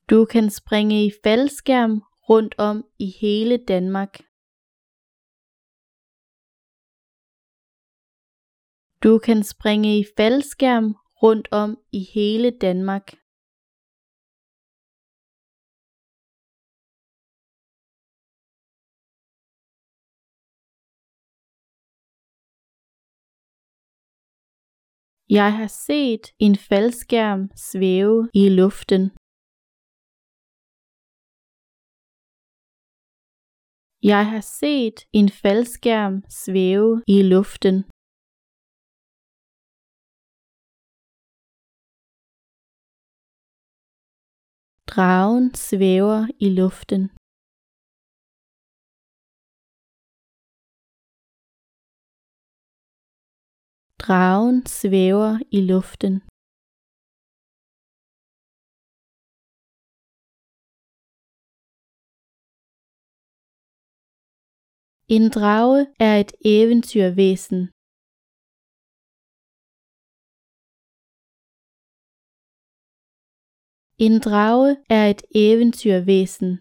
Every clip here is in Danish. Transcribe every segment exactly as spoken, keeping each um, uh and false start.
Du kan springe i faldskærm rundt om i hele Danmark. Du kan springe i faldskærm rundt om i hele Danmark. Jeg har set en faldskærm svæve i luften. Jeg har set en faldskærm svæve i luften. Dragen svæver i luften. Dragen svæver i luften. En drage er et eventyrvæsen. En drage er et eventyrvæsen.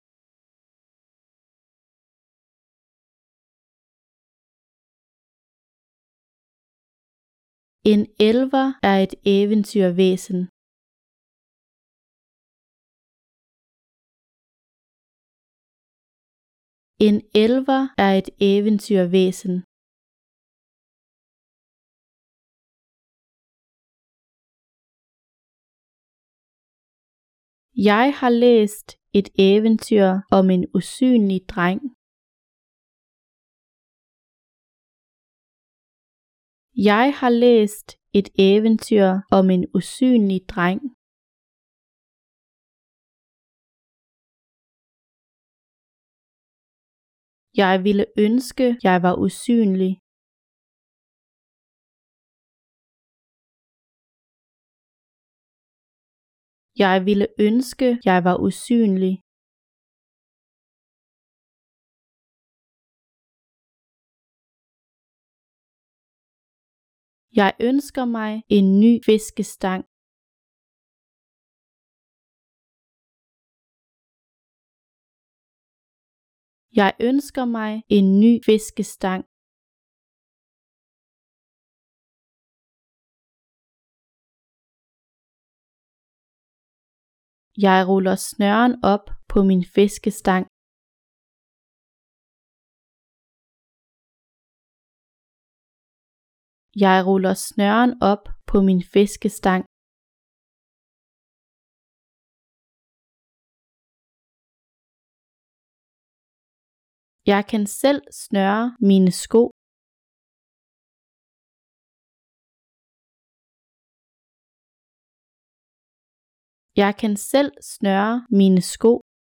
En elver er et eventyrvæsen. En elver er et eventyrvæsen. Jeg har læst et eventyr om en usynlig dreng. Jeg har læst et eventyr om en usynlig dreng. Jeg ville ønske, jeg var usynlig. Jeg ville ønske, jeg var usynlig. Jeg ønsker mig en ny fiskestang. Jeg ønsker mig en ny fiskestang. Jeg ruller snøren op på min fiskestang. Jeg ruller snøren op på min fiskestang. Jeg kan selv snøre mine sko. Jeg kan selv snøre mine sko.